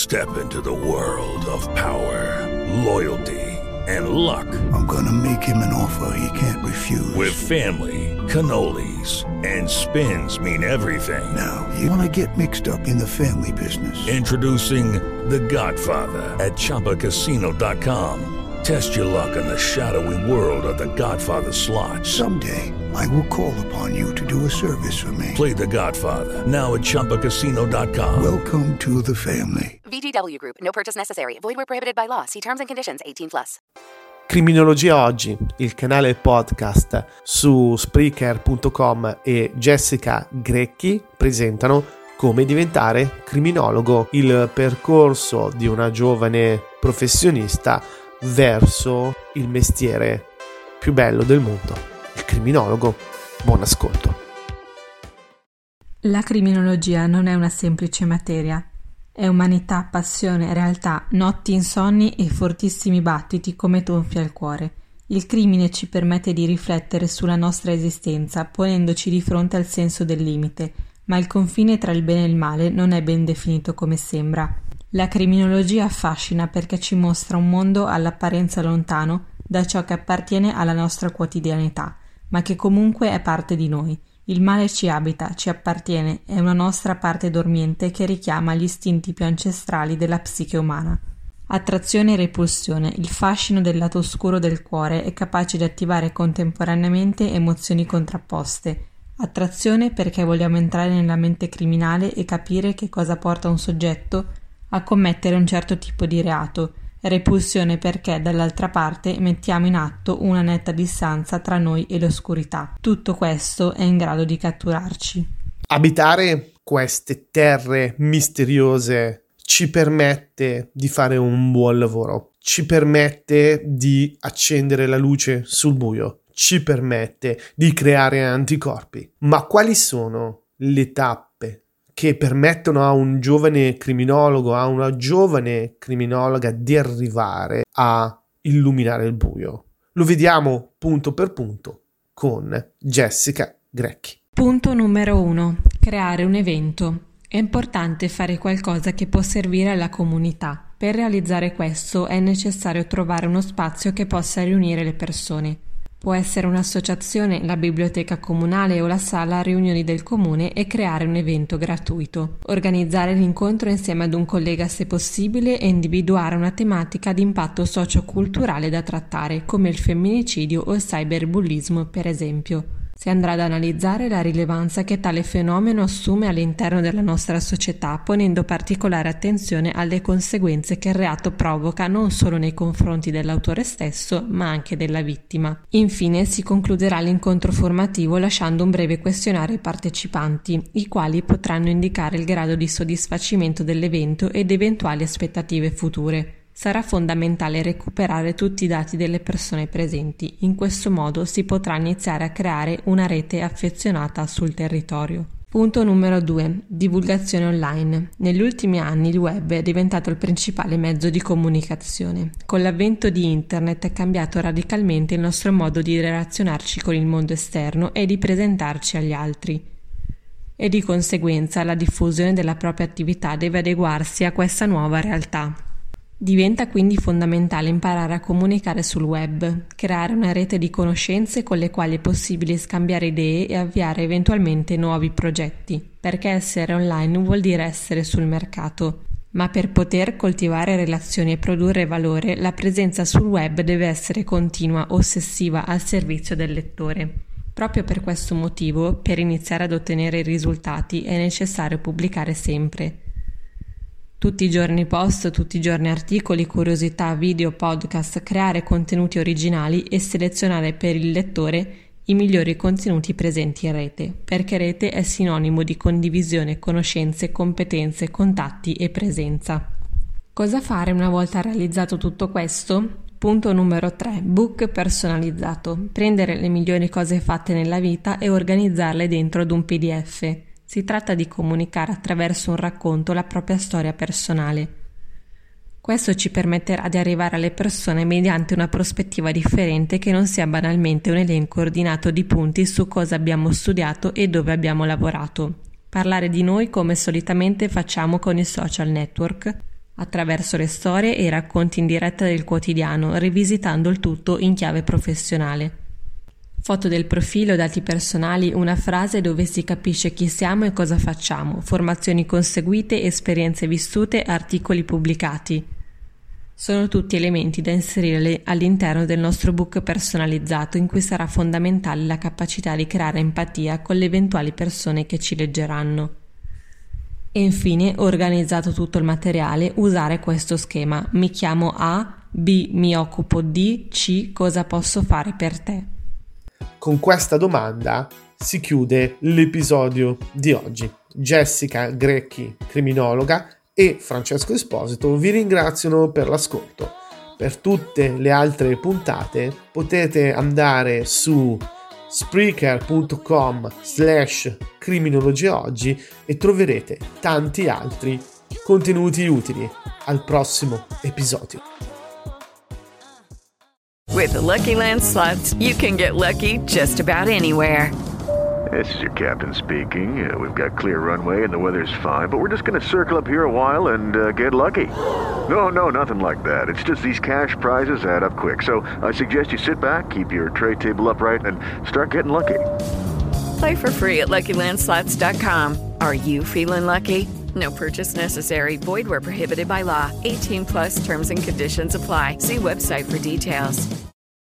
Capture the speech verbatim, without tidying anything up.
Step into the world of power, loyalty, and luck. I'm gonna make him an offer he can't refuse. With family, cannolis, and spins mean everything. Now, you wanna get mixed up in the family business. Introducing The Godfather at Chumba Casino dot com. Test your luck in the shadowy world of The Godfather slot. Someday, I will call upon you to do a service for me. Play The Godfather, now at Chumba Casino dot com. Welcome to the family. V G W Group. No purchase necessary. Void where prohibited by law. See terms and conditions. eighteen plus. Criminologia Oggi, il canale podcast su Spreaker punto com e Jessica Grecchi presentano Come diventare criminologo, il percorso di una giovane professionista verso il mestiere più bello del mondo, il criminologo. Buon ascolto. La criminologia non è una semplice materia. È umanità, passione, realtà, notti insonni e fortissimi battiti come tonfi al cuore. Il crimine ci permette di riflettere sulla nostra esistenza, ponendoci di fronte al senso del limite, ma il confine tra il bene e il male non è ben definito come sembra. La criminologia affascina perché ci mostra un mondo all'apparenza lontano da ciò che appartiene alla nostra quotidianità, ma che comunque è parte di noi. Il male ci abita, ci appartiene, è una nostra parte dormiente che richiama gli istinti più ancestrali della psiche umana. Attrazione e repulsione, il fascino del lato oscuro del cuore è capace di attivare contemporaneamente emozioni contrapposte. Attrazione perché vogliamo entrare nella mente criminale e capire che cosa porta un soggetto a commettere un certo tipo di reato. Repulsione perché dall'altra parte mettiamo in atto una netta distanza tra noi e l'oscurità. Tutto questo è in grado di catturarci. Abitare queste terre misteriose ci permette di fare un buon lavoro, ci permette di accendere la luce sul buio, ci permette di creare anticorpi. Ma quali sono le tappe che permettono a un giovane criminologo, a una giovane criminologa di arrivare a illuminare il buio? Lo vediamo punto per punto con Jessica Grecchi. Punto numero uno. Creare un evento. È importante fare qualcosa che può servire alla comunità. Per realizzare questo è necessario trovare uno spazio che possa riunire le persone. Può essere un'associazione, la biblioteca comunale o la sala riunioni del comune e creare un evento gratuito. Organizzare l'incontro insieme ad un collega se possibile e individuare una tematica di impatto socioculturale da trattare, come il femminicidio o il cyberbullismo, per esempio. Si andrà ad analizzare la rilevanza che tale fenomeno assume all'interno della nostra società, ponendo particolare attenzione alle conseguenze che il reato provoca non solo nei confronti dell'autore stesso, ma anche della vittima. Infine si concluderà l'incontro formativo lasciando un breve questionario ai partecipanti, i quali potranno indicare il grado di soddisfacimento dell'evento ed eventuali aspettative future. Sarà fondamentale recuperare tutti i dati delle persone presenti. In questo modo si potrà iniziare a creare una rete affezionata sul territorio. Punto numero due. Divulgazione online. Negli ultimi anni il web è diventato il principale mezzo di comunicazione. Con l'avvento di internet è cambiato radicalmente il nostro modo di relazionarci con il mondo esterno e di presentarci agli altri. E di conseguenza la diffusione della propria attività deve adeguarsi a questa nuova realtà. Diventa quindi fondamentale imparare a comunicare sul web, creare una rete di conoscenze con le quali è possibile scambiare idee e avviare eventualmente nuovi progetti, perché essere online vuol dire essere sul mercato. Ma per poter coltivare relazioni e produrre valore, la presenza sul web deve essere continua, ossessiva, al servizio del lettore. Proprio per questo motivo, per iniziare ad ottenere risultati è necessario pubblicare sempre. Tutti i giorni post, tutti i giorni articoli, curiosità, video, podcast, creare contenuti originali e selezionare per il lettore i migliori contenuti presenti in rete, perché rete è sinonimo di condivisione, conoscenze, competenze, contatti e presenza. Cosa fare una volta realizzato tutto questo? Punto numero tre. Book personalizzato. Prendere le migliori cose fatte nella vita e organizzarle dentro ad un P D F. Si tratta di comunicare attraverso un racconto la propria storia personale. Questo ci permetterà di arrivare alle persone mediante una prospettiva differente che non sia banalmente un elenco ordinato di punti su cosa abbiamo studiato e dove abbiamo lavorato. Parlare di noi come solitamente facciamo con i social network, attraverso le storie e i racconti in diretta del quotidiano, rivisitando il tutto in chiave professionale. Foto del profilo, dati personali, una frase dove si capisce chi siamo e cosa facciamo, formazioni conseguite, esperienze vissute, articoli pubblicati. Sono tutti elementi da inserire all'interno del nostro book personalizzato, in cui sarà fondamentale la capacità di creare empatia con le eventuali persone che ci leggeranno. E infine, organizzato tutto il materiale, usare questo schema: mi chiamo A, B mi occupo di, C cosa posso fare per te. Con questa domanda si chiude l'episodio di oggi. Jessica Grecchi, criminologa, e Francesco Esposito vi ringraziano per l'ascolto. Per tutte le altre puntate potete andare su spreaker.com slash criminologia oggi e troverete tanti altri contenuti utili. Al prossimo episodio. With the Lucky Land Slots, you can get lucky just about anywhere. This is your captain speaking. Uh, we've got clear runway and the weather's fine, but we're just going to circle up here a while and uh, get lucky. No, no, nothing like that. It's just these cash prizes add up quick. So I suggest you sit back, keep your tray table upright, and start getting lucky. Play for free at Lucky Land Slots dot com. Are you feeling lucky? No purchase necessary. Void where prohibited by law. eighteen plus terms and conditions apply. See website for details.